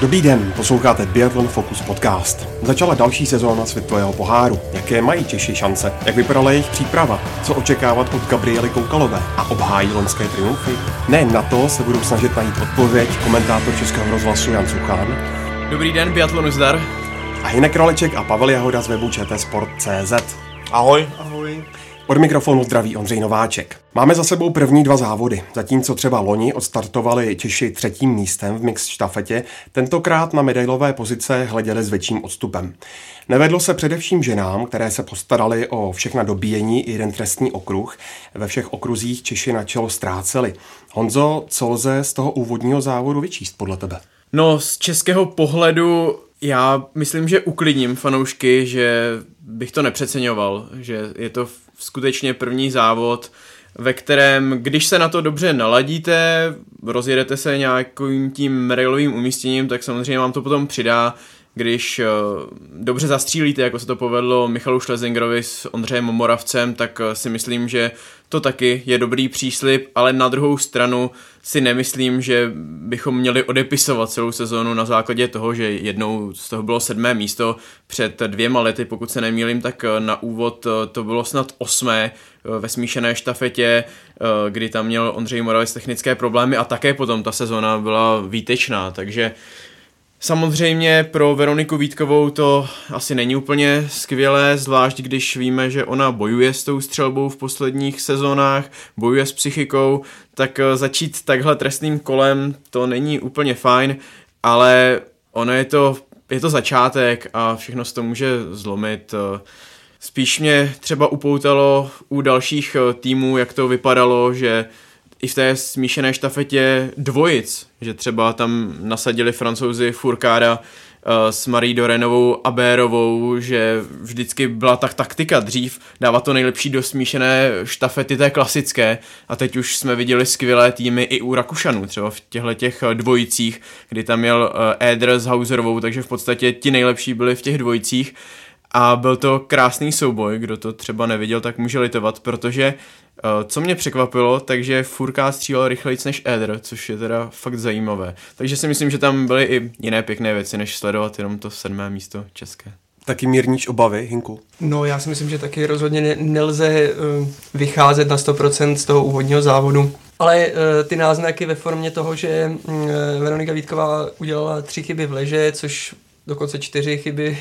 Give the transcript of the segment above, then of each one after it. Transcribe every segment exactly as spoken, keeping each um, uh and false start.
Dobrý den, posloucháte Biathlon Focus podcast. Začala další sezóna světového poháru. Jaké mají Češi šance? Jak vypadala jejich příprava? Co očekávat od Gabriely Koukalové? A obhájí loňské triumfy? Ne, na to se budou snažit najít odpověď komentátor Českého rozhlasu Jan Suchán. Dobrý den, biatlonu zdar. A Hinek Roleček a Pavel Jahoda z webu č t sport tečka cé zet. Ahoj. Ahoj. Od mikrofonu zdraví Ondřej Nováček. Máme za sebou první dva závody. Zatímco třeba loni odstartovali Češi třetím místem v mixed štafetě, tentokrát na medailové pozice hleděli s větším odstupem. Nevedlo se především ženám, které se postarali o všechna dobíjení i jeden trestní okruh. Ve všech okruzích Češi na čelo ztráceli. Honzo, co lze z toho úvodního závodu vyčíst podle tebe? No, z českého pohledu já myslím, že uklidním fanoušky, že bych to nepřeceňoval, že je to skutečně první závod, ve kterém, když se na to dobře naladíte, rozjedete se nějakým tím medailovým umístěním, tak samozřejmě vám to potom přidá. Když uh, dobře zastřílíte, jako se to povedlo Michalu Schlesingerovi s Ondřejem Moravcem, tak uh, si myslím, že to taky je dobrý příslib, ale na druhou stranu si nemyslím, že bychom měli odepisovat celou sezónu na základě toho, že jednou z toho bylo sedmé místo před dvěma lety, pokud se nemýlím, tak uh, na úvod uh, to bylo snad osmé uh, ve smíšené štafetě, uh, kdy tam měl Ondřej Moravec technické problémy a také potom ta sezóna byla výtečná, takže samozřejmě pro Veroniku Vítkovou to asi není úplně skvělé, zvlášť když víme, že ona bojuje s tou střelbou v posledních sezónách, bojuje s psychikou, tak začít takhle trestným kolem to není úplně fajn, ale ono je to, je to začátek a všechno se to může zlomit. Spíš mě třeba upoutalo u dalších týmů, jak to vypadalo, že i v té smíšené štafetě dvojic, že třeba tam nasadili Francouzi Fourcada uh, s Marie Dorenovou a Bérovou, že vždycky byla tak taktika dřív dávat to nejlepší do smíšené štafety té klasické a teď už jsme viděli skvělé týmy i u Rakušanů, třeba v těchto těch dvojicích, kdy tam měl uh, Éder s Hauserovou, takže v podstatě ti nejlepší byli v těch dvojicích a byl to krásný souboj, kdo to třeba neviděl, tak může litovat, protože co mě překvapilo, takže Fourcade střílel rychlejc než Éder, což je teda fakt zajímavé. Takže si myslím, že tam byly i jiné pěkné věci, než sledovat jenom to sedmé místo české. Taky mírníš obavy, Hinku? No, já si myslím, že taky rozhodně ne- nelze uh, vycházet na sto procent z toho úvodního závodu. Ale uh, ty náznaky ve formě toho, že uh, Veronika Vítková udělala tři chyby v leže, což dokonce čtyři chyby,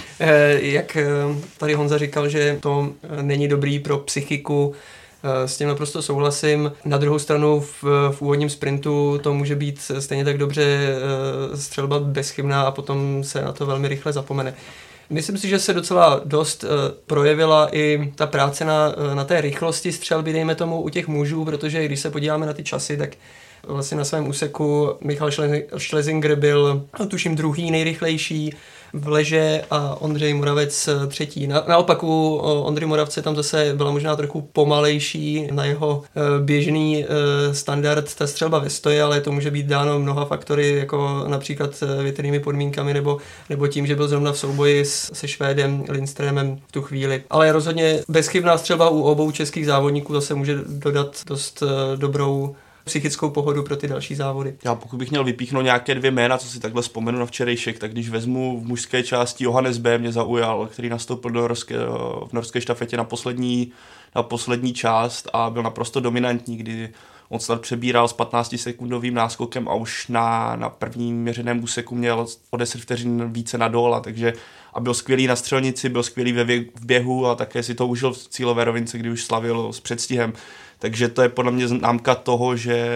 jak tady Honza říkal, že to není dobrý pro psychiku, s tím naprosto souhlasím. Na druhou stranu v, v úvodním sprintu to může být stejně tak dobře střelba bezchybná a potom se na to velmi rychle zapomene. Myslím si, že se docela dost uh, projevila i ta práce na, na té rychlosti střelby, dejme tomu u těch mužů, protože když se podíváme na ty časy, tak vlastně na svém úseku Michal Schlesinger byl, tuším, druhý nejrychlejší v leže a Ondřej Moravec třetí. Na, naopak u Ondřeje Moravce tam zase byla možná trochu pomalejší na jeho běžný standard ta střelba ve stoje, ale to může být dáno mnoha faktory, jako například větrnými podmínkami nebo, nebo tím, že byl zrovna v souboji s, se Švédem Lindströmem v tu chvíli. Ale rozhodně bezchybná střelba u obou českých závodníků zase může dodat dost dobrou psychickou pohodu pro ty další závody. Já pokud bych měl vypíchnout nějaké dvě jména, co si takhle vzpomenu na včerejšek, tak když vezmu v mužské části Johannes B. mě zaujal, který nastoupil do norské, v norské štafetě na poslední, na poslední část a byl naprosto dominantní, kdy on snad přebíral s patnáctisekundovým náskokem a už na, na prvním měřeném úseku měl o deset vteřin více na dole, takže a byl skvělý na střelnici, byl skvělý ve vě, v běhu a také si to užil v cílové rovince, kdy už slavil s předstihem. Takže to je podle mě známka toho, že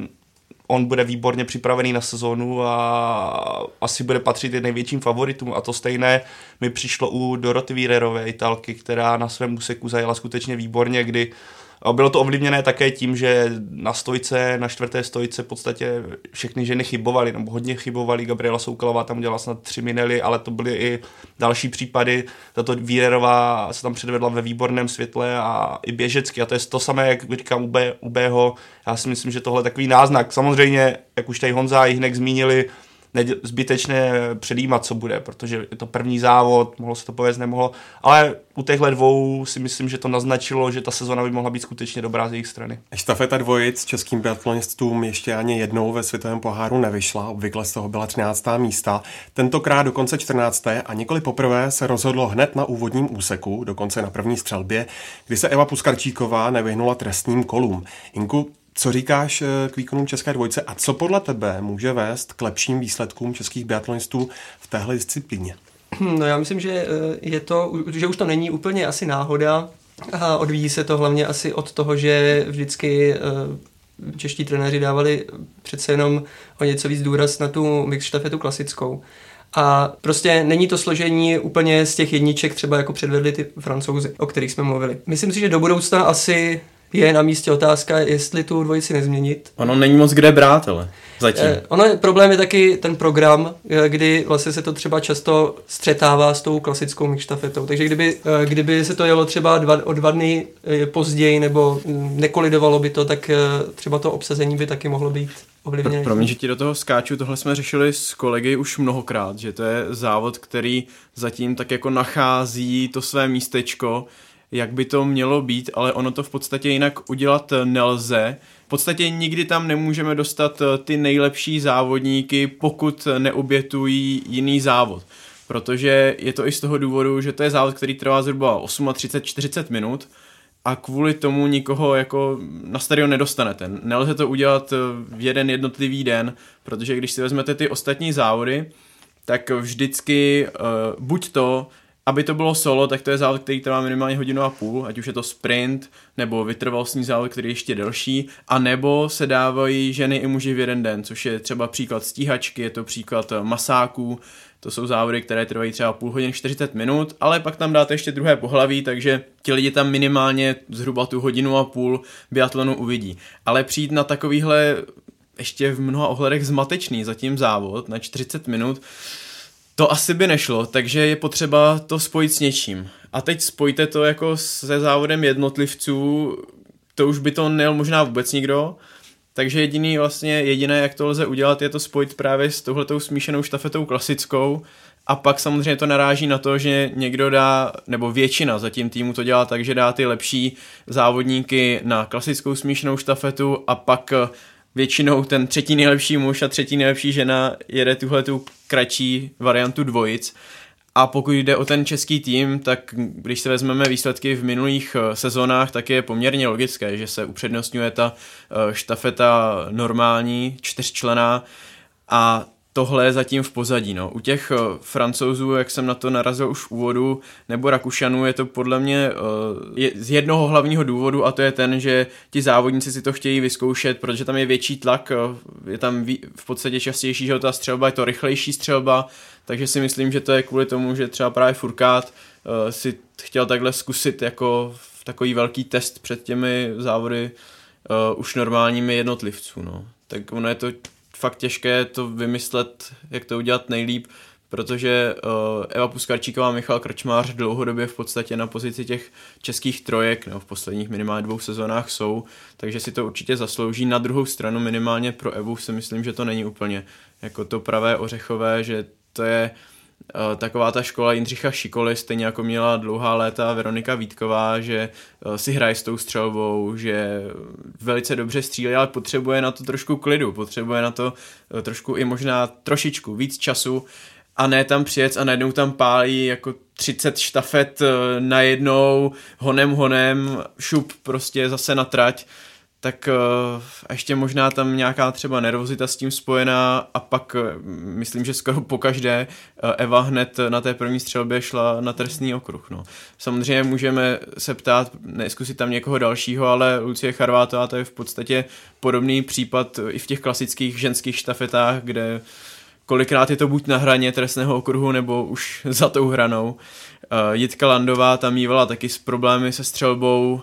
on bude výborně připravený na sezónu a asi bude patřit i největším favoritům. A to stejné mi přišlo u Doroty Wiererové, Italky, která na svém úseku zajela skutečně výborně, kdy bylo to ovlivněné také tím, že na stojce, na čtvrté stojce v podstatě všechny ženy chybovaly, nebo hodně chybovaly. Gabriela Soukalová tam dělala snad tři minely, ale to byly i další případy. Tato Wiererová se tam předvedla ve výborném světle a i běžecky. A to je to samé, jak říkám u, B, u Bého. Já si myslím, že tohle je takový náznak. Samozřejmě, jak už tady Honza a Hinek zmínili, zbytečně předjímat, co bude, protože je to první závod, mohlo se to povést, nemohlo, ale u těchto dvou si myslím, že to naznačilo, že ta sezona by mohla být skutečně dobrá z jejich strany. Štafeta dvojic českým biatlonistům ještě ani jednou ve světovém poháru nevyšla, obvykle z toho byla třináctá místa. Tentokrát dokonce čtrnácté a nikoli poprvé se rozhodlo hned na úvodním úseku, dokonce na první střelbě, kdy se Eva Puskarčíková nevyhnula trestním kolům. Inku, co říkáš k výkonům české dvojce a co podle tebe může vést k lepším výsledkům českých biatlonistů v téhle disciplíně? No já myslím, že je to, že už to není úplně asi náhoda a odvíjí se to hlavně asi od toho, že vždycky čeští trenéři dávali přece jenom o něco víc důraz na tu mix štafetu klasickou. A prostě není to složení úplně z těch jedniček, třeba jako předvedli ty Francouzi, o kterých jsme mluvili. Myslím si, že do budoucna asi je na místě otázka, jestli tu dvojici nezměnit. Ono není moc kde brát, ale zatím. Eh, ono je, problém je taky ten program, kdy vlastně se to třeba často střetává s tou klasickou mixštafetou. Takže kdyby, eh, kdyby se to jelo třeba dva, o dva dny eh, později nebo nekolidovalo by to, tak eh, třeba to obsazení by taky mohlo být ovlivněné. Pro mě, že ti do toho skáču, tohle jsme řešili s kolegy už mnohokrát, že to je závod, který zatím tak jako nachází to své místečko, jak by to mělo být, ale ono to v podstatě jinak udělat nelze. V podstatě nikdy tam nemůžeme dostat ty nejlepší závodníky, pokud neobětují jiný závod. Protože je to i z toho důvodu, že to je závod, který trvá zhruba třicet osm čtyřicet minut a kvůli tomu nikoho jako na stadion nedostanete. Nelze to udělat v jeden jednotlivý den, protože když si vezmete ty ostatní závody, tak vždycky uh, buď to, aby to bylo solo, tak to je závod, který trvá minimálně hodinu a půl, ať už je to sprint, nebo vytrvalostní závod, který je ještě delší, a nebo se dávají ženy i muži v jeden den, což je třeba příklad stíhačky, je to příklad masáků, to jsou závody, které trvají třeba půl hodin čtyřicet minut, ale pak tam dáte ještě druhé pohlaví, takže ti lidi tam minimálně zhruba tu hodinu a půl biatlonu uvidí. Ale přijít na takovýhle ještě v mnoha ohledech zmatečný zatím závod na čtyřicet minut, to asi by nešlo, takže je potřeba to spojit s něčím. A teď spojte to jako se závodem jednotlivců, to už by to nejel možná vůbec nikdo, takže jediný vlastně, jediné, jak to lze udělat, je to spojit právě s touhletou smíšenou štafetou klasickou a pak samozřejmě to naráží na to, že někdo dá, nebo většina zatím týmu to dělá tak, že dá ty lepší závodníky na klasickou smíšenou štafetu a pak většinou ten třetí nejlepší muž a třetí nejlepší žena jede tuhletu kratší variantu dvojic. A pokud jde o ten český tým, tak když se vezmeme výsledky v minulých sezónách, tak je poměrně logické, že se upřednostňuje ta štafeta normální, čtyřčlenná a tohle je zatím v pozadí. No. U těch Francouzů, jak jsem na to narazil už v úvodu, nebo Rakušanů, je to podle mě je z jednoho hlavního důvodu a to je ten, že ti závodníci si to chtějí vyzkoušet, protože tam je větší tlak, je tam v podstatě častější, že ta střelba je to rychlejší střelba, takže si myslím, že to je kvůli tomu, že třeba právě Furkát si chtěl takhle zkusit jako takový velký test před těmi závody už normálními jednotlivců. No. Tak ono je to fakt těžké to vymyslet, jak to udělat nejlíp, protože uh, Eva Puskarčíková a Michal Krčmář dlouhodobě v podstatě na pozici těch českých trojek, nebo v posledních minimálně dvou sezónách jsou, takže si to určitě zaslouží. Na druhou stranu minimálně pro Evu si myslím, že to není úplně jako to pravé ořechové, že to je uh, taková ta škola Jindřicha Šikoly, stejně jako měla dlouhá léta Veronika Vítková, že uh, si hraje s tou střelbou, že velice dobře střílí, ale potřebuje na to trošku klidu, potřebuje na to uh, trošku i možná trošičku víc času a ne tam přijet a najednou tam pálí jako třicet štafet uh, najednou, honem honem, šup prostě zase na trať. Tak uh, ještě možná tam nějaká třeba nervozita s tím spojená a pak uh, myslím, že skoro pokaždé uh, Eva hned na té první střelbě šla na trestný okruh. No. Samozřejmě můžeme se ptát, neskusit tam někoho dalšího, ale Lucie Charvátová to je v podstatě podobný případ i v těch klasických ženských štafetách, kde kolikrát je to buď na hraně trestného okruhu nebo už za tou hranou. Uh, Jitka Landová tam mívala taky s problémy se střelbou,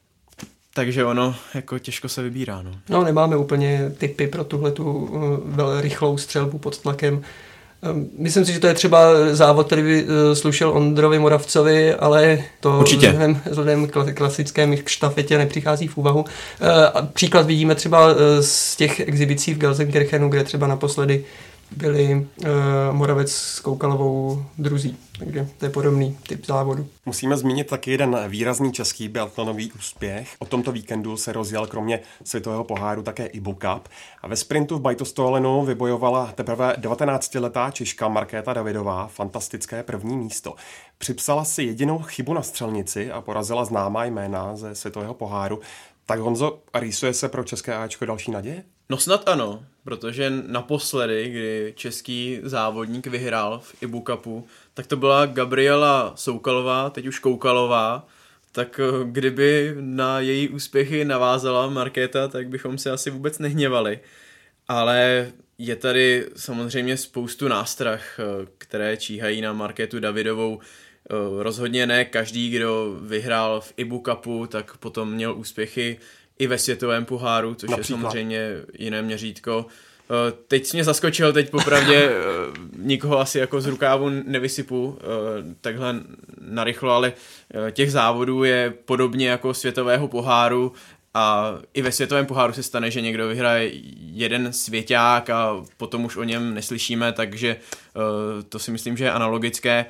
takže ono jako těžko se vybírá. No, no nemáme úplně tipy pro tuhletu uh, rychlou střelbu pod tlakem. Um, myslím si, že to je třeba závod, který by uh, slušel Ondrovi Moravcovi, ale to vzhledem, vzhledem k klasické štafetě nepřichází v úvahu. Uh, a příklad vidíme třeba uh, z těch exibicí v Gelsenkirchenu, kde třeba naposledy byli uh, Moravec s Koukalovou druzí. Takže to je podobný typ závodu. Musíme zmínit taky jeden výrazný český biatlonový úspěch. O tomto víkendu se rozjel kromě světového poháru také Ibu Cup. A ve sprintu v Bajtostolenu vybojovala teprve devatenáctiletá Češka Markéta Davidová fantastické první místo. Připsala si jedinou chybu na střelnici a porazila známá jména ze světového poháru. Tak Honzo, rýsuje se pro české Ačko další naděje? No snad ano, protože naposledy, kdy český závodník vyhrál v Ibu Cupu, tak to byla Gabriela Soukalová, teď už Koukalová, tak kdyby na její úspěchy navázala Markéta, tak bychom se asi vůbec nehněvali. Ale je tady samozřejmě spoustu nástrah, které číhají na Markétu Davidovou. Rozhodně ne každý, kdo vyhrál v Ibu Cupu, tak potom měl úspěchy i ve světovém poháru, což Například. je samozřejmě jiné měřítko. Teď jsi mě zaskočil, teď popravdě nikoho asi jako z rukávu nevysypu takhle narychlo, ale těch závodů je podobně jako světového poháru a i ve světovém poháru se stane, že někdo vyhraje jeden svěťák a potom už o něm neslyšíme, takže to si myslím, že je analogické.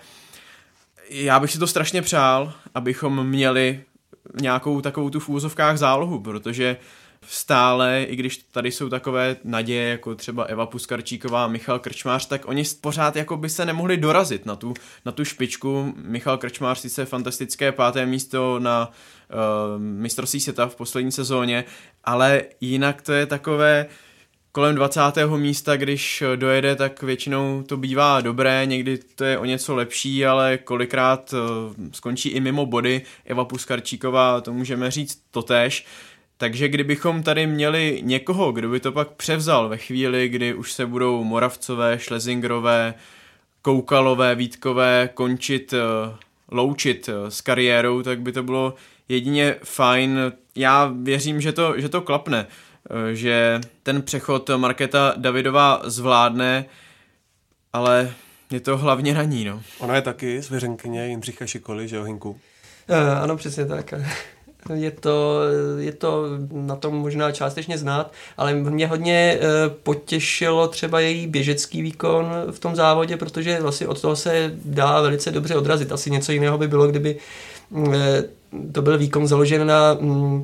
Já bych si to strašně přál, abychom měli nějakou takovou tu v úvozovkách zálohu, protože stále, i když tady jsou takové naděje, jako třeba Eva Puskarčíková, Michal Krčmář, tak oni pořád jako by se nemohli dorazit na tu, na tu špičku. Michal Krčmář sice fantastické páté místo na uh, mistrovství světa v poslední sezóně, ale jinak to je takové kolem dvacátého místa, když dojede, tak většinou to bývá dobré, někdy to je o něco lepší, ale kolikrát skončí i mimo body. Eva Puskarčíková, to můžeme říct totéž. Takže kdybychom tady měli někoho, kdo by to pak převzal ve chvíli, kdy už se budou Moravcové, Šlezingerové, Koukalové, Vítkové končit, loučit s kariérou, tak by to bylo jedině fajn. Já věřím, že to, že to klapne, že ten přechod Markéta Davidová zvládne, ale je to hlavně na ní, no. Ona je taky svěřenkyně Jindřicha Šikoly, že jo, Hinku? Uh, ano, přesně tak. Je to, je to na tom možná částečně znát, ale mě hodně uh, potěšilo třeba její běžecký výkon v tom závodě, protože vlastně od toho se dá velice dobře odrazit. Asi něco jiného by bylo, kdyby uh, to byl výkon založen na um,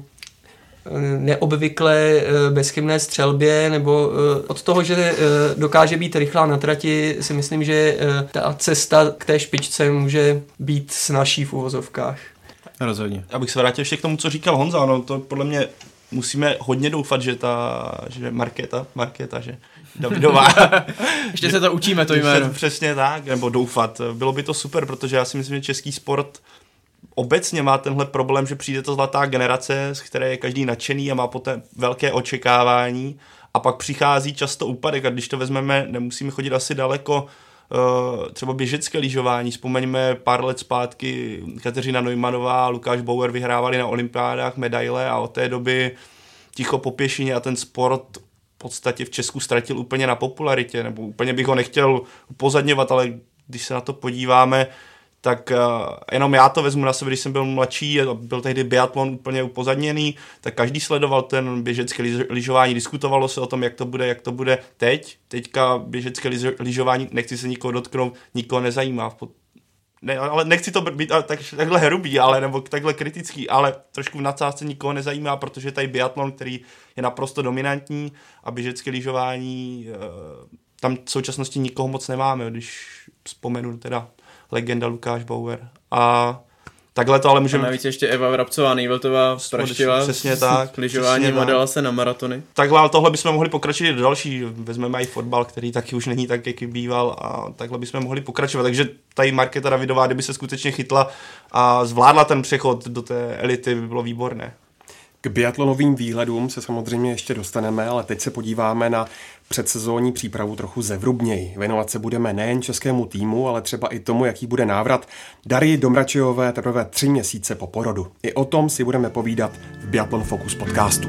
neobvyklé bezchybné střelbě, nebo od toho, že dokáže být rychlá na trati, si myslím, že ta cesta k té špičce může být snazší v uvozovkách. Rozhodně. Abych se vrátil ještě k tomu, co říkal Honza, no to podle mě musíme hodně doufat, že ta, že Markéta, Markéta, že Davidová. Ještě se to učíme, to jméno. Přesně tak, nebo doufat. Bylo by to super, protože já si myslím, že český sport obecně má tenhle problém, že přijde to zlatá generace, z které je každý nadšený a má poté velké očekávání a pak přichází často úpadek a když to vezmeme, nemusíme chodit asi daleko, třeba běžecké lyžování, vzpomeňme pár let zpátky Kateřina Neumannová a Lukáš Bauer vyhrávali na olympiádách medaile a od té doby ticho po pěšině a ten sport v podstatě v Česku ztratil úplně na popularitě, nebo úplně bych ho nechtěl upozadňovat, ale když se na to podíváme, tak uh, jenom já to vezmu na sebe, když jsem byl mladší a byl tehdy biatlon úplně upozadněný, tak každý sledoval ten běžecké lyžování, diskutovalo se o tom, jak to bude, jak to bude teď. Teďka běžecké lyžování, nechci se nikoho dotknout, nikoho nezajímá. Ne, ale nechci to být tak, takhle hrubý, ale, nebo takhle kritický, ale trošku v nadsázce nikoho nezajímá, protože tady biatlon, který je naprosto dominantní a běžecké lyžování, uh, tam v současnosti nikoho moc nemáme, když vzpomenu teda legenda Lukáš Bauer. A takhle to ale můžeme... A navíc ještě Eva Vrabcová Nejveltová praštila přesně tak, lyžováním a dala se na maratony. Takhle, ale tohle bychom mohli pokračovat do další. Vezmeme i fotbal, který taky už není tak, jaký býval a takhle bychom mohli pokračovat. Takže tady Markéta Davidová, kdyby se skutečně chytla a zvládla ten přechod do té elity, by bylo výborné. K biatlonovým výhledům se samozřejmě ještě dostaneme, ale teď se podíváme na předsezónní přípravu trochu zevrubněji. Věnovat se budeme nejen českému týmu, ale třeba i tomu, jaký bude návrat Darji Domračejové teprve tři měsíce po porodu. I o tom si budeme povídat v Biathlon Focus podcastu.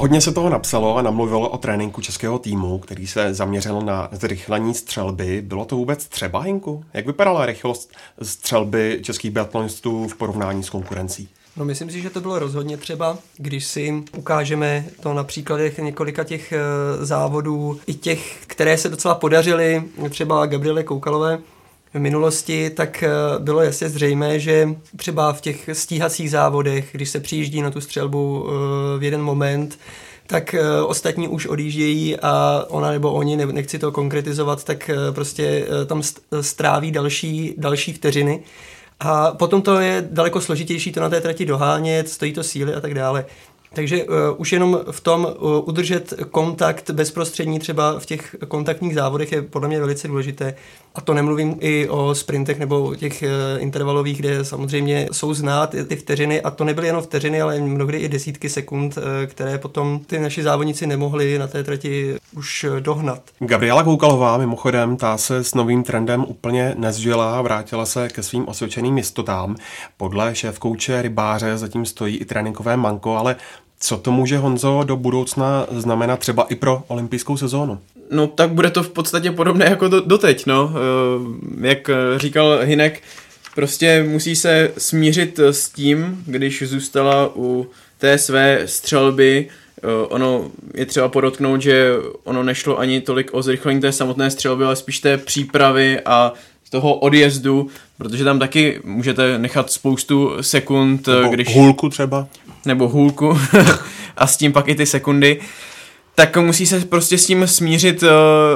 Hodně se toho napsalo a namluvilo o tréninku českého týmu, který se zaměřil na zrychlení střelby. Bylo to vůbec třeba, Hinku? Jak vypadala rychlost střelby českých biatlonistů v porovnání s konkurencí? No, myslím si, že to bylo rozhodně třeba, když si ukážeme to na příkladech několika těch e, závodů, i těch, které se docela podařily, třeba Gabriele Koukalové v minulosti, tak e, bylo jasně zřejmé, že třeba v těch stíhacích závodech, když se přijíždí na tu střelbu e, v jeden moment, tak e, ostatní už odjíždějí a ona nebo oni, ne, nechci to konkretizovat, tak e, prostě e, tam stráví další, další vteřiny. A potom to je daleko složitější to na té trati dohánět, stojí to síly a tak dále. Takže uh, už jenom v tom uh, udržet kontakt bezprostřední třeba v těch kontaktních závodech je podle mě velice důležité. A to nemluvím i o sprintech nebo těch uh, intervalových, kde samozřejmě jsou znát ty, ty vteřiny a to nebyly jenom vteřiny, ale mnohdy i desítky sekund, uh, které potom ty naši závodníci nemohli na té trati už uh, dohnat. Gabriela Koukalová mimochodem, ta se s novým trendem úplně nezžila, vrátila se ke svým osvědčeným jistotám. Podle šéfkouče Rybáře zatím stojí i tréninkové manko, ale co to může, Honzo, do budoucna znamenat třeba i pro olympijskou sezónu? No tak bude to v podstatě podobné jako do, doteď, no. Jak říkal Hynek, prostě musí se smířit s tím, když zůstala u té své střelby. Ono je třeba podotknout, že ono nešlo ani tolik o zrychlení té samotné střelby, ale spíš té přípravy a toho odjezdu, protože tam taky můžete nechat spoustu sekund. Nebo když... hůlku třeba. Nebo hůlku a s tím pak i ty sekundy. Tak musí se prostě s tím smířit,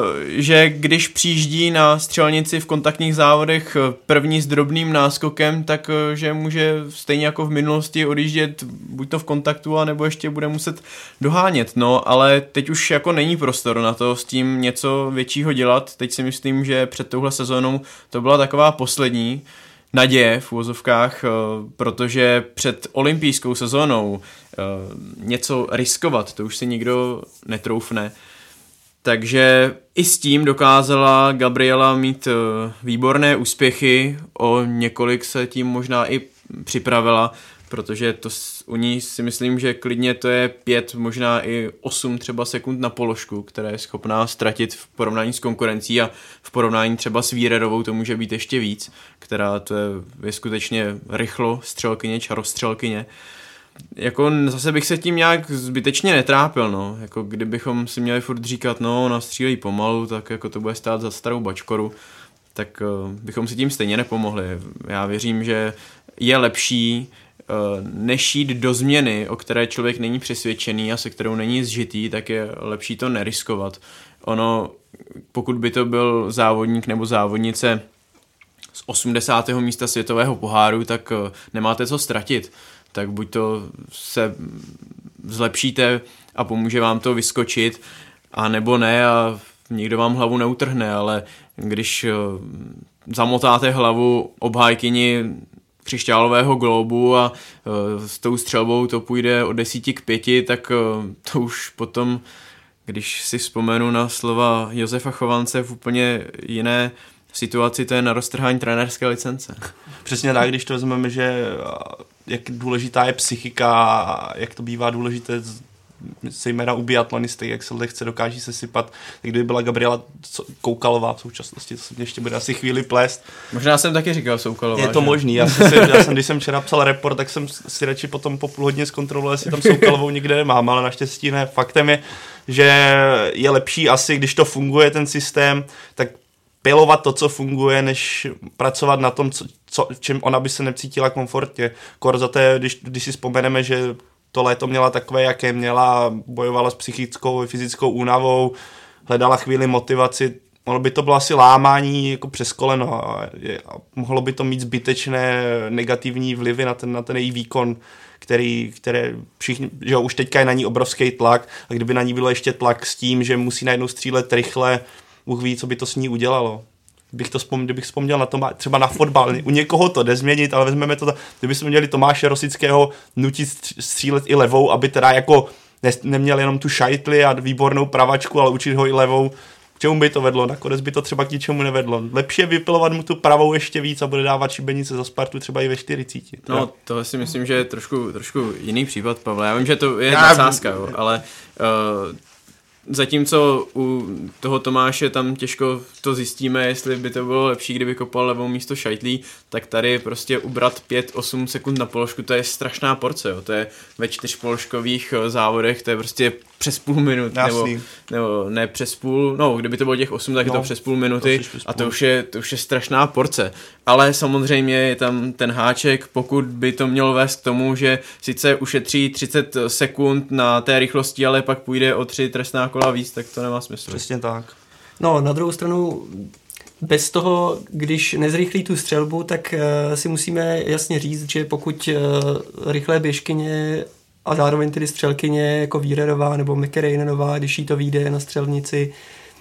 že když přijíždí na střelnici v kontaktních závodech první s drobným náskokem, tak že může stejně jako v minulosti odjíždět buď to v kontaktu, anebo ještě bude muset dohánět. No, ale teď už jako není prostor na to s tím něco většího dělat. Teď si myslím, že před touhle sezónou to byla taková poslední naděje v uvozovkách, protože před olympijskou sezónou něco riskovat, to už si nikdo netroufne. Takže i s tím dokázala Gabriela mít výborné úspěchy, o několik se tím možná i připravila, protože to u ní si myslím, že klidně to je pět, možná i osm třeba sekund na položku, které je schopná ztratit v porovnání s konkurencí a v porovnání třeba s Vírerovou to může být ještě víc, která to je, je skutečně rychlo střelkyně, čarostřelkyně. Jako zase bych se tím nějak zbytečně netrápil, no. Jako kdybychom si měli furt říkat, no, ona střílí pomalu, tak jako to bude stát za starou bačkoru, tak uh, bychom si tím stejně nepomohli. Já věřím, že je lepší než jít do změny, o které člověk není přesvědčený a se kterou není zžitý, tak je lepší to neriskovat. Ono, pokud by to byl závodník nebo závodnice z osmdesátého místa světového poháru, tak nemáte co ztratit. Tak buď to se zlepšíte a pomůže vám to vyskočit, a nebo ne a nikdo vám hlavu neutrhne, ale když zamotáte hlavu obhájkyni křišťálového glóbu a uh, s tou střelbou to půjde od desíti k pěti, tak uh, to už potom, když si vzpomenu na slova Josefa Chovance v úplně jiné situaci, to je na roztrhání trenérské licence. Přesně tak, když to vezmeme, že jak důležitá je psychika, jak to bývá důležité zejména u biatlonisty, jak se lehce dokáží sesypat. Tak kdyby byla Gabriela Koukalová v současnosti, to se mě ještě bude asi chvíli plést. Možná jsem taky říkal Soukalová. Je to že? možný. Já jsem, si, já jsem, když jsem včera psal report, tak jsem si radši potom po půl hodině zkontroloval, jestli tam Soukalovou nikde nemám, ale naštěstí ne. Faktem je, že je lepší asi, když to funguje ten systém, tak pilovat to, co funguje, než pracovat na tom, co, co, v čem ona by se necítila komfortně. Kor za té, když, když si vzpomeneme, že to léto měla takové, jaké měla, bojovala s psychickou i fyzickou únavou, hledala chvíli motivaci, mohlo by to bylo asi lámání jako přes koleno a, a mohlo by to mít zbytečné negativní vlivy na ten, na ten její výkon, který, které všichni, že jo, už teďka je na ní obrovský tlak a kdyby na ní bylo ještě tlak s tím, že musí najednou střílet rychle, Bůh ví, co by to s ní udělalo. Bych to vzpom, kdybych vzpomněl na to, třeba na fotbal, u někoho to jde změnit, ale vezmeme to, kdybychom měli Tomáše Rosického nutit střílet i levou, aby teda jako ne, neměl jenom tu šajtli a výbornou pravačku, ale učit ho i levou, k čemu by to vedlo, nakonec by to třeba k ničemu nevedlo. Lepší je vypilovat mu tu pravou ještě víc a bude dávat šibenice za Spartu třeba i ve čtyřiceti. No, to si myslím, že je trošku, trošku jiný případ, Pavle. Já vím, že to je nadsázka, jo, ale uh, zatímco u toho Tomáše tam těžko to zjistíme, jestli by to bylo lepší, kdyby kopal levou místo Šajtlí, tak tady prostě ubrat pět osm sekund na položku, to je strašná porce, jo. To je ve čtyřpoložkových závodech, to je prostě přes půl minut, nebo, nebo ne přes půl, no kdyby to bylo těch osm, tak no, je to přes půl minuty to a to už, je, to už je strašná porce. Ale samozřejmě je tam ten háček, pokud by to mělo vést k tomu, že sice ušetří třicet sekund na té rychlosti, ale pak půjde o tři trestná kola víc, tak to nemá smysl. Přesně tak. No, na druhou stranu, bez toho, když nezrychlí tu střelbu, tak uh, si musíme jasně říct, že pokud uh, rychlé běžkyně a zároveň tedy střelkyně jako Vírerová nebo McErainenová, když jí to vyjde na střelnici,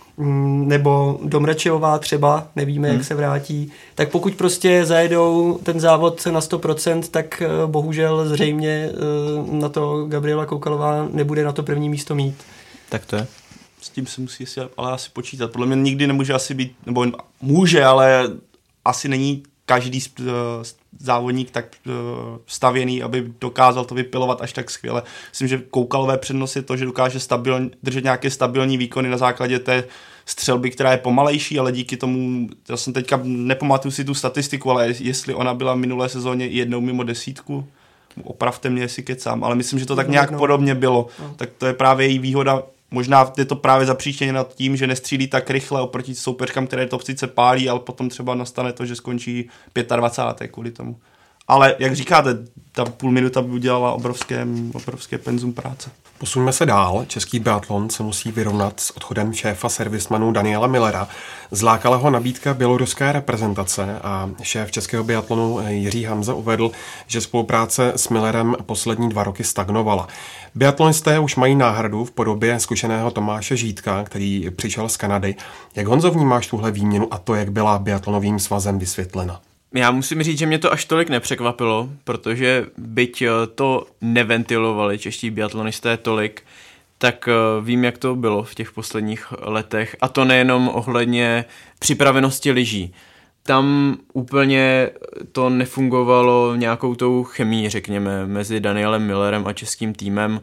nebo Domračevová třeba, nevíme, hmm. jak se vrátí, tak pokud prostě zajedou ten závod na sto procent, tak bohužel zřejmě na to Gabriela Koukalová nebude na to první místo mít. Tak to je. S tím se musí asi, ale asi počítat. Podle mě nikdy nemůže asi být, nebo může, ale asi není každý závodník tak stavěný, aby dokázal to vypilovat až tak skvěle. Myslím, že Koukalové přednost je to, že dokáže stabilně, držet nějaké stabilní výkony na základě té střelby, která je pomalejší, ale díky tomu, já jsem teďka nepamatuju si tu statistiku, ale jestli ona byla v minulé sezóně jednou mimo desítku, opravte mě, jestli kecám, ale myslím, že to tak nějak podobně bylo. No. Tak to je právě její výhoda. Možná je to právě zapříčeně nad tím, že nestřílí tak rychle oproti soupeřkám, které to sice pálí, ale potom třeba nastane to, že skončí dvacátého pátého kvůli tomu. Ale jak říkáte, ta půl minuta by udělala obrovské, obrovské penzum práce. Posuňme se dál. Český biatlon se musí vyrovnat s odchodem šéfa servismanů Daniela Millera. Zlákala ho nabídka běloruské reprezentace a šéf českého biatlonu Jiří Hamza uvedl, že spolupráce s Millerem poslední dva roky stagnovala. Biatlonisté už mají náhradu v podobě zkušeného Tomáše Žítka, který přišel z Kanady. Jak, Honzo, vnímáš tuhle výměnu a to, jak byla biatlonovým svazem vysvětlena? Já musím říct, že mě to až tolik nepřekvapilo, protože byť to neventilovali čeští biatlonisté tolik, tak vím, jak to bylo v těch posledních letech. A to nejenom ohledně připravenosti lyží. Tam úplně to nefungovalo nějakou tou chemií, řekněme, mezi Danielem Millerem a českým týmem.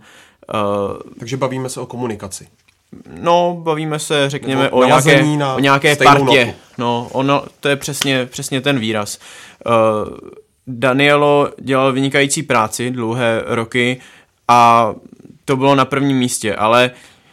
Takže bavíme se o komunikaci. No, bavíme se, řekněme, o nějaké, o nějaké partě. Notu. No, ono, to je přesně, přesně ten výraz. Uh, Danielo dělal vynikající práci dlouhé roky a to bylo na prvním místě, ale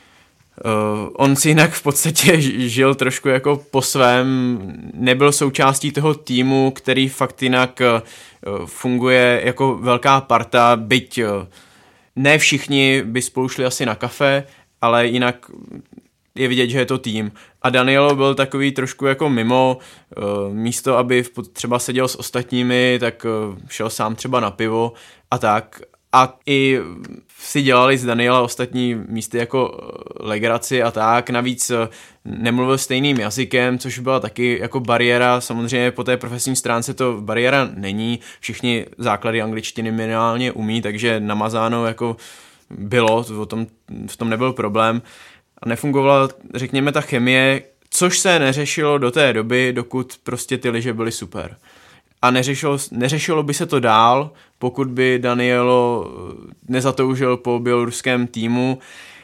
uh, on si jinak v podstatě žil trošku jako po svém, nebyl součástí toho týmu, který fakt jinak uh, funguje jako velká parta, byť uh, ne všichni by spolu šli asi na kafe, ale jinak je vidět, že je to tým. A Danielo byl takový trošku jako mimo, místo, aby třeba seděl s ostatními, tak šel sám třeba na pivo a tak. A i si dělali z Daniela ostatní místy jako legraci a tak. Navíc nemluvil stejným jazykem, což byla taky jako bariéra. Samozřejmě po té profesní stránce to bariéra není. Všichni základy angličtiny minimálně umí, takže namazáno jako bylo, o tom, v tom nebyl problém. A nefungovala, řekněme, ta chemie, což se neřešilo do té doby, dokud prostě ty lyže byly super. A neřešilo, neřešilo by se to dál, pokud by Danielo nezatoužil po běloruském týmu.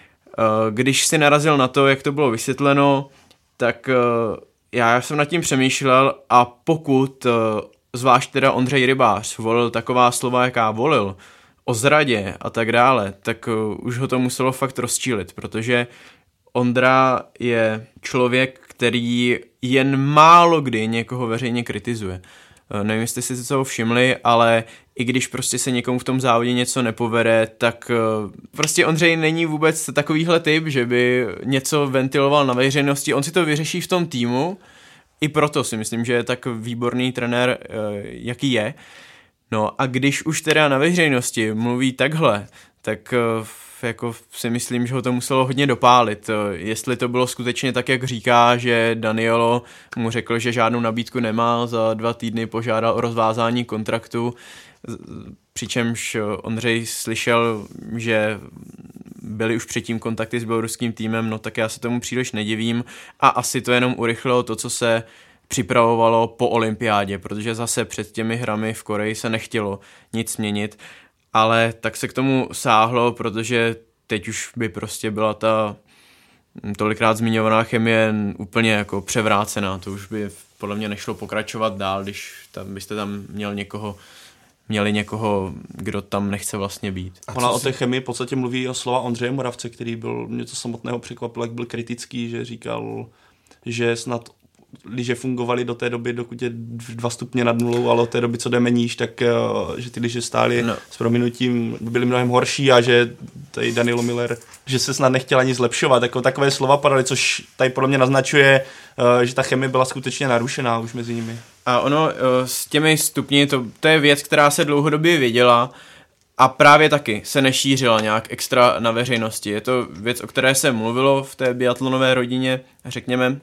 Když si narazil na to, jak to bylo vysvětleno, tak já jsem nad tím přemýšlel a pokud, zvlášť teda Ondřej Rybář, volil taková slova, jaká volil, o zradě a tak dále, tak už ho to muselo fakt rozčílit, protože Ondra je člověk, který jen málo kdy někoho veřejně kritizuje. Nevím, jestli jste si toho všimli, ale i když prostě se někomu v tom závodě něco nepovede, tak prostě Ondřej není vůbec takovýhle typ, že by něco ventiloval na veřejnosti. On si to vyřeší v tom týmu, i proto si myslím, že je tak výborný trenér, jaký je. No a když už teda na veřejnosti mluví takhle, tak jako si myslím, že ho to muselo hodně dopálit. Jestli to bylo skutečně tak, jak říká, že Danielo mu řekl, že žádnou nabídku nemá, za dva týdny požádal o rozvázání kontraktu, přičemž Ondřej slyšel, že byly už předtím kontakty s běloruským týmem, no tak já se tomu příliš nedivím a asi to jenom urychlilo to, co se připravovalo po olympiádě, protože zase před těmi hrami v Koreji se nechtělo nic měnit, ale tak se k tomu sáhlo, protože teď už by prostě byla ta tolikrát zmiňovaná chemie úplně jako převrácená, to už by podle mě nešlo pokračovat dál, když tam byste tam měl někoho, měli někoho, kdo tam nechce vlastně být. Ona o té chemii v podstatě mluví o slova Ondřeje Moravce, který byl něco samotného překvapil, jak byl kritický, že říkal, že snad lyže fungovaly do té doby, dokud je dva stupně nad nulou, ale od té doby, co jdeme níž, tak že ty lyže stály no. s prominutím, byly mnohem horší a že tady Danilo Miller, že se snad nechtěl ani zlepšovat. Jako takové slova padaly, což tady podle mě naznačuje, že ta chemie byla skutečně narušená už mezi nimi. A ono s těmi stupni, to, to je věc, která se dlouhodobě věděla a právě taky se nešířila nějak extra na veřejnosti. Je to věc, o které se mluvilo v té biatlonové rodině, řekněme,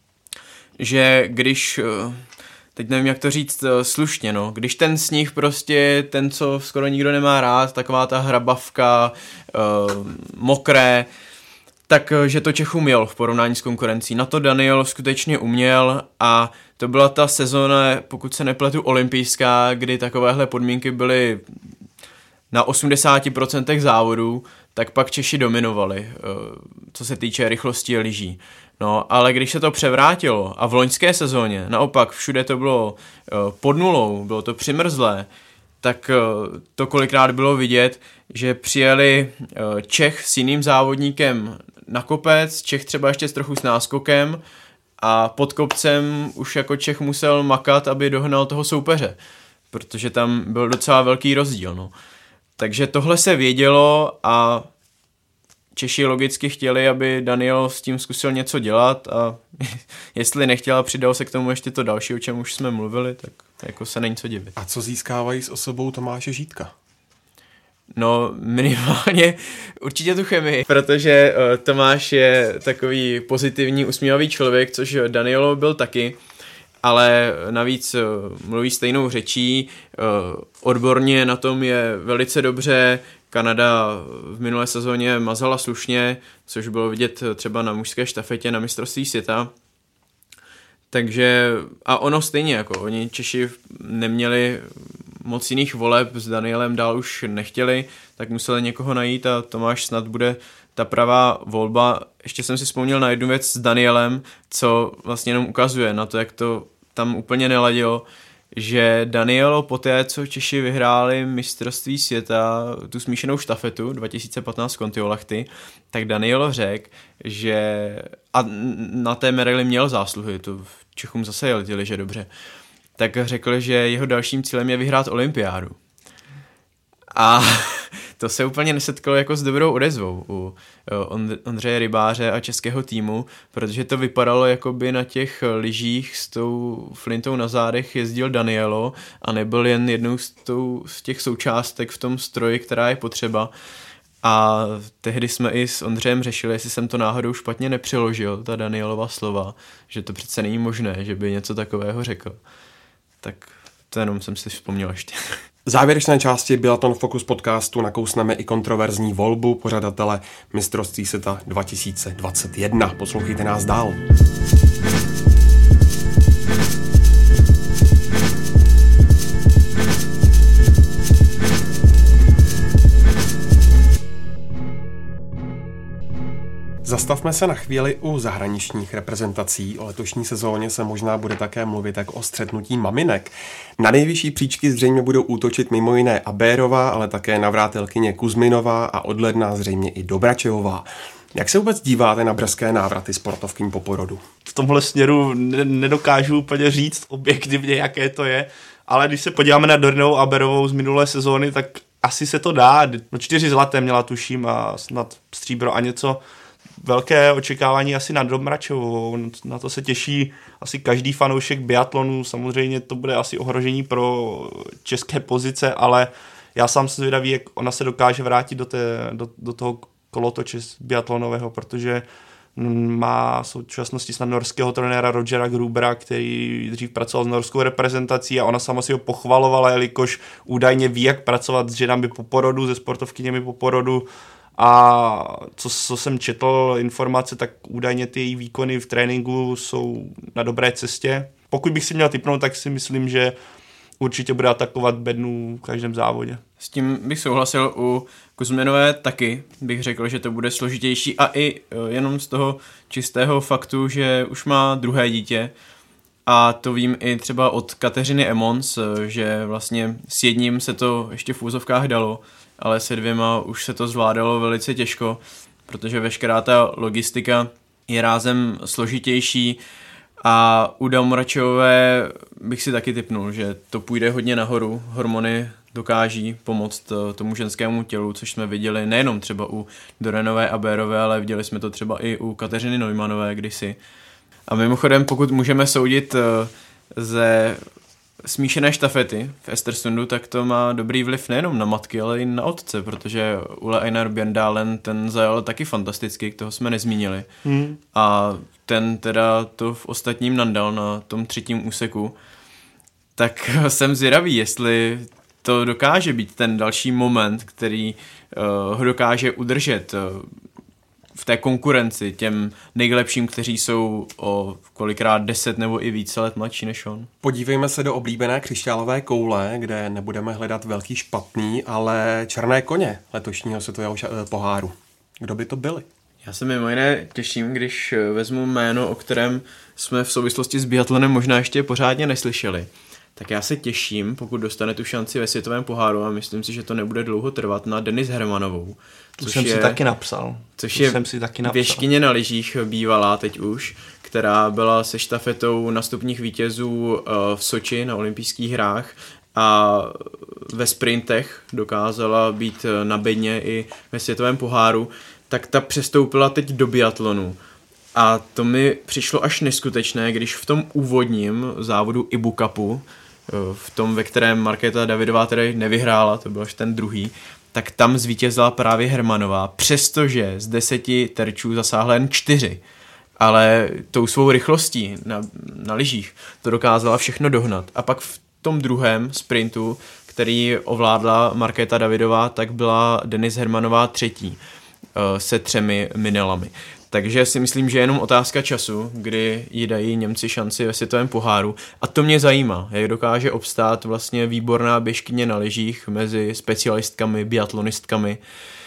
že když, teď nevím, jak to říct slušně, no, když ten sníh prostě, ten, co skoro nikdo nemá rád, taková ta hrabavka, uh, mokré, tak, že to Čechům jel v porovnání s konkurencí. Na to Daniel skutečně uměl a to byla ta sezóna, pokud se nepletu, olympijská, kdy takovéhle podmínky byly na osmdesát procent závodů, tak pak Češi dominovali, co se týče rychlosti lyží. No, ale když se to převrátilo a v loňské sezóně naopak všude to bylo pod nulou, bylo to přimrzlé, tak to kolikrát bylo vidět, že přijeli Čech s jiným závodníkem na kopec, Čech třeba ještě s trochu s náskokem a pod kopcem už jako Čech musel makat, aby dohnal toho soupeře, protože tam byl docela velký rozdíl, no. Takže tohle se vědělo a Češi logicky chtěli, aby Daniel s tím zkusil něco dělat a jestli nechtěl a přidal se k tomu ještě to další, o čem už jsme mluvili, tak jako se není co divit. A co získávají s osobou Tomáše Žítka? No minimálně určitě tu chemii, protože uh, Tomáš je takový pozitivní, usmívavý člověk, což Danielo byl taky, ale navíc uh, mluví stejnou řečí, uh, odborně na tom je velice dobře. Kanada v minulé sezóně mazala slušně, což bylo vidět třeba na mužské štafetě na mistrovství světa. Takže a ono stejně, jako oni Češi neměli moc jiných voleb, s Danielem dál už nechtěli, tak museli někoho najít a Tomáš snad bude ta pravá volba. Ještě jsem si vzpomněl na jednu věc s Danielem, co vlastně jenom ukazuje na to, jak to tam úplně neladilo, že Danielo poté, co Češi vyhráli mistrovství světa, tu smíšenou štafetu dva tisíce patnáct v Kontiolahty, tak Danielo řekl, že a na té medaili měl zásluhy, to Čechům zase jezdili, že dobře, tak řekl, že jeho dalším cílem je vyhrát olympiádu. A to se úplně nesetkalo jako s dobrou odezvou u Ondřeje Rybáře a českého týmu, protože to vypadalo, jako by na těch lyžích s tou flintou na zádech jezdil Danielo a nebyl jen jednou z, tou, z těch součástek v tom stroji, která je potřeba. A tehdy jsme i s Ondřejem řešili, jestli jsem to náhodou špatně nepřeložil, ta Danielova slova, že to přece není možné, že by něco takového řekl. Tak to jenom jsem si vzpomněl ještě. V závěrečné části Biatlon Focus podcastu nakousneme i kontroverzní volbu pořadatele mistrovství světa dva tisíce dvacet jedna. Poslouchejte nás dál. Zastavme se na chvíli u zahraničních reprezentací. O letošní sezóně se možná bude také mluvit jako o střetnutí maminek. Na nejvyšší příčky zřejmě budou útočit mimo jiné Abérová, ale také navrátilkyně Kuzminová a od ledna zřejmě i Dobračevová. Jak se vůbec díváte na brzké návraty sportovkyň po porodu? V tomhle směru nedokážu úplně říct objektivně, jaké to je, ale když se podíváme na Dorinovou Abérovou z minulé sezóny, tak asi se to dá. No čtyři zlaté měla, tuším, a snad stříbro a něco. Velké očekávání asi na Dobračevovou, na to se těší asi každý fanoušek biatlonu, samozřejmě to bude asi ohrožení pro české pozice, ale já sám jsem zvědavý, jak ona se dokáže vrátit do, té, do, do toho kolotoče biatlonového, protože má v současnosti snad norského trenéra Rogera Grubera, který dřív pracoval s norskou reprezentací a ona sama si ho pochvalovala, jelikož údajně ví, jak pracovat s ženami po porodu, se sportovkyněmi po porodu A co, co jsem četl informace, tak údajně ty její výkony v tréninku jsou na dobré cestě. Pokud bych si měl tipnout, tak si myslím, že určitě bude atakovat bednu v každém závodě. S tím bych souhlasil. U Kuzminové taky bych řekl, že to bude složitější a i jenom z toho čistého faktu, že už má druhé dítě. A to vím i třeba od Kateřiny Emons, že vlastně s jedním se to ještě v úzovkách dalo, ale se dvěma už se to zvládalo velice těžko, protože veškerá ta logistika je rázem složitější a u Dalmuračové bych si taky tipnul, že to půjde hodně nahoru, hormony dokáží pomoct tomu ženskému tělu, což jsme viděli nejenom třeba u Dorenové a Bérové, ale viděli jsme to třeba i u Kateřiny Neumannové kdysi. A mimochodem, pokud můžeme soudit ze smíšené štafety v Östersundu, tak to má dobrý vliv nejenom na matky, ale i na otce, protože Ole Einar Bjørndalen, ten zajal taky fantasticky, toho jsme nezmínili. Hmm. A ten teda to v ostatním nandal na tom třetím úseku. Tak jsem zvědavý, jestli to dokáže být ten další moment, který uh, ho dokáže udržet uh, v té konkurenci těm nejlepším, kteří jsou o kolikrát deset nebo i více let mladší než on. Podívejme se do oblíbené křišťálové koule, kde nebudeme hledat velký špatný, ale černé koně letošního světového poháru. Kdo by to byli? Já se mimo jiné těším, když vezmu jméno, o kterém jsme v souvislosti s biatlonem možná ještě pořádně neslyšeli. Tak já se těším, pokud dostane tu šanci ve světovém poháru a myslím si, že to nebude dlouho trvat, na Denis Hermanovou. To jsem je, si taky napsal. Což to je jsem si taky napsal. Věškyně na lyžích bývalá teď už, která byla se štafetou na stupních vítězů v Soči na olympijských hrách a ve sprintech dokázala být na bedně i ve světovém poháru, tak ta přestoupila teď do biatlonu. A to mi přišlo až neskutečné, když v tom úvodním závodu Ibu Cupu, v tom, ve kterém Markéta Davidová tedy nevyhrála, to byl až ten druhý, tak tam zvítězila právě Hermanová, přestože z deseti terčů zasáhla jen čtyři. Ale tou svou rychlostí na, na lyžích to dokázala všechno dohnat. A pak v tom druhém sprintu, který ovládla Markéta Davidová, tak byla Denis Hermanová třetí se třemi minelami. Takže si myslím, že je jenom otázka času, kdy jí dají Němci šanci ve světovém poháru. A to mě zajímá, jak dokáže obstát vlastně výborná běžkyně na lyžích mezi specialistkami, biatlonistkami.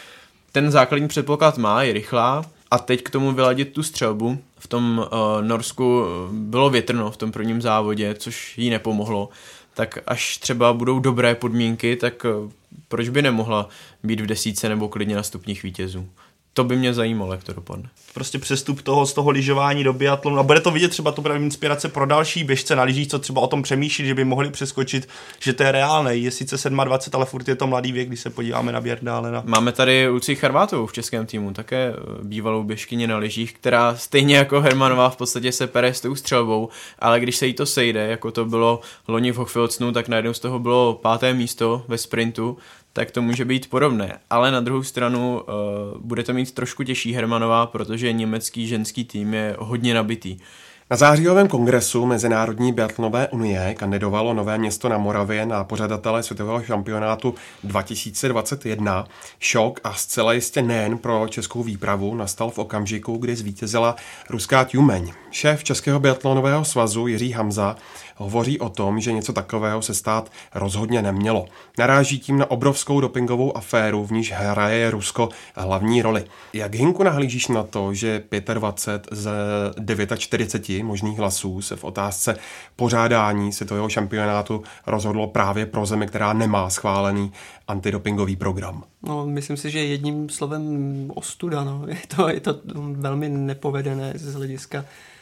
Ten základní předpoklad má, je rychlá a teď k tomu vyladit tu střelbu. V tom uh, Norsku bylo větrno v tom prvním závodě, což jí nepomohlo. Tak až třeba budou dobré podmínky, tak uh, proč by nemohla být v desítce nebo klidně na stupních vítězů? To by mě zajímalo, jak to dopadne. Prostě přestup toho z toho lyžování do biatlonu. A bude to vidět, třeba to bude inspirace pro další běžce na lyžích, co třeba o tom přemýšlí, že by mohli přeskočit, že to je reálné. Je sice dvacet sedm, ale furt je to mladý věk, když se podíváme na Bjørndalena. Máme tady Lucii Charvátovou v českém týmu, také bývalou běžkyni na lyžích, která stejně jako Hermanová v podstatě se pere s tou střelbou, ale když se jí to sejde, jako to bylo loni v Hochfilzenu, tak najednou z toho bylo páté místo ve sprintu, tak to může být podobné. Ale na druhou stranu uh, bude to mít trošku těžší Hermanová, protože německý ženský tým je hodně nabitý. Na zářijovém kongresu Mezinárodní biatlonové unie kandidovalo Nové Město na Moravě na pořadatele světového šampionátu dva tisíce dvacet jedna. Šok a zcela jistě nejen pro českou výpravu nastal v okamžiku, kdy zvítězila ruská Tjumeň. Šéf Českého biatlonového svazu Jiří Hamza hovoří o tom, že něco takového se stát rozhodně nemělo. Naráží tím na obrovskou dopingovou aféru, v níž hraje Rusko hlavní roli. Jak, Hinku, nahlížíš na to, že dvacet pět z čtyřicet devět možných hlasů se v otázce pořádání světového šampionátu rozhodlo právě pro zemi, která nemá schválený antidopingový program? No, myslím si, že jedním slovem ostuda. No. Je to, je to velmi nepovedené z hlediska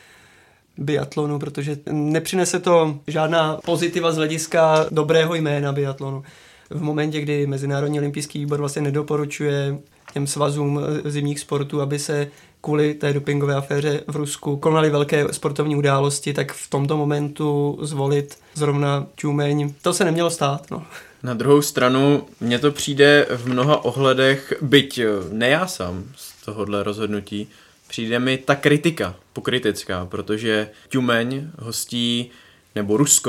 biatlonu, protože nepřinese to žádná pozitiva z hlediska dobrého jména biatlonu. V momentě, kdy Mezinárodní olympijský výbor vlastně nedoporučuje těm svazům zimních sportů, aby se kvůli té dopingové aféře v Rusku konaly velké sportovní události, tak v tomto momentu zvolit zrovna Tjumeň, to se nemělo stát. No. Na druhou stranu mně to přijde v mnoha ohledech, byť ne já sám z tohohle rozhodnutí, přijde mi ta kritika pokrytecká, protože Tjumeň hostí, nebo Rusko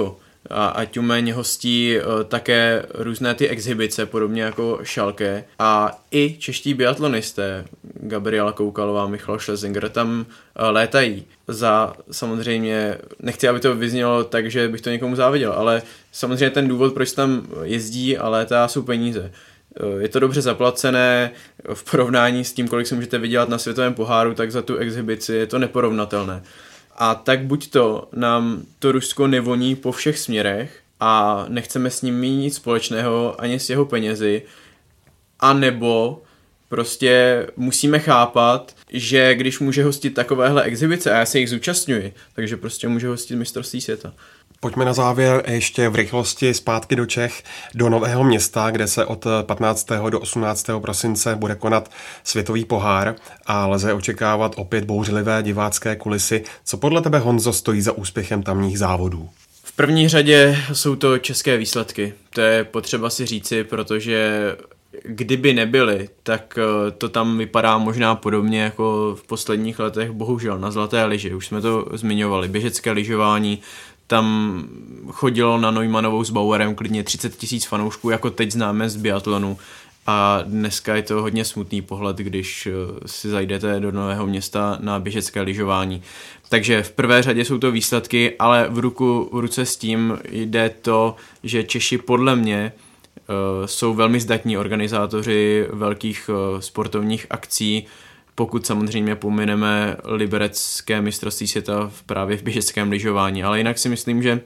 a, a Tjumeň hostí uh, také různé ty exhibice, podobně jako Schalke, a i čeští biatlonisté, Gabriela Koukalová, Michal Schlesinger, tam uh, létají za, samozřejmě, nechci, aby to vyznělo tak, že bych to někomu záviděl, ale samozřejmě ten důvod, proč tam jezdí a létá, jsou peníze. Je to dobře zaplacené, v porovnání s tím, kolik si můžete vydělat na světovém poháru, tak za tu exhibici je to neporovnatelné. A tak buď to nám to Rusko nevoní po všech směrech a nechceme s ním mít nic společného ani s jeho penězi, a nebo prostě musíme chápat, že když může hostit takovéhle exhibice, a já se jich zúčastňuji, takže prostě může hostit mistrovství světa. Pojďme na závěr ještě v rychlosti zpátky do Čech, do Nového Města, kde se od patnáctého do osmnáctého prosince bude konat světový pohár a lze očekávat opět bouřlivé divácké kulisy. Co podle tebe, Honzo, stojí za úspěchem tamních závodů? V první řadě jsou to české výsledky. To je potřeba si říci, protože kdyby nebyly, tak to tam vypadá možná podobně jako v posledních letech, bohužel, na zlaté lyži. Už jsme to zmiňovali, běžecké lyžování. Tam chodilo na Neumannovou s Bauerem klidně třicet tisíc fanoušků, jako teď známe z biatlonu. A dneska je to hodně smutný pohled, když si zajdete do Nového Města na běžecké lyžování. Takže v prvé řadě jsou to výsledky, ale v ruku v ruce s tím jde to, že Češi podle mě jsou velmi zdatní organizátoři velkých sportovních akcí, pokud samozřejmě pomineme liberecké mistrovství světa právě v běžeckém lyžování. Ale jinak si myslím, že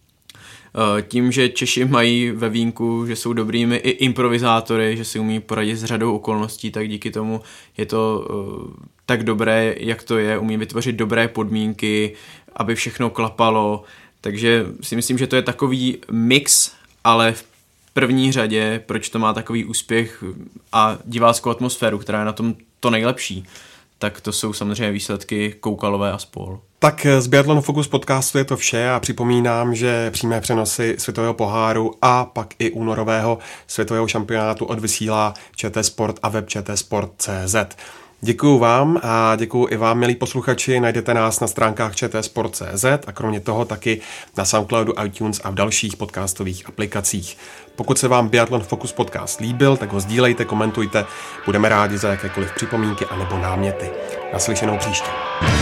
tím, že Češi mají ve vínku, že jsou dobrými i improvizátory, že si umí poradit s řadou okolností, tak díky tomu je to tak dobré, jak to je, umí vytvořit dobré podmínky, aby všechno klapalo. Takže si myslím, že to je takový mix, ale v první řadě, proč to má takový úspěch a diváckou atmosféru, která je na tom to nejlepší, tak to jsou samozřejmě výsledky Koukalové a spol. Tak z Biathlon Focus podcastu je to vše a připomínám, že přímé přenosy světového poháru a pak i únorového světového šampionátu odvysílá ČT Sport a web čtsport tečka cé zet. Děkuju vám a děkuju i vám, milí posluchači, najdete nás na stránkách čtsport tečka cé zet a kromě toho taky na Soundcloudu, iTunes a v dalších podcastových aplikacích. Pokud se vám Biathlon Focus podcast líbil, tak ho sdílejte, komentujte, budeme rádi za jakékoliv připomínky anebo náměty. Naslyšenou příště.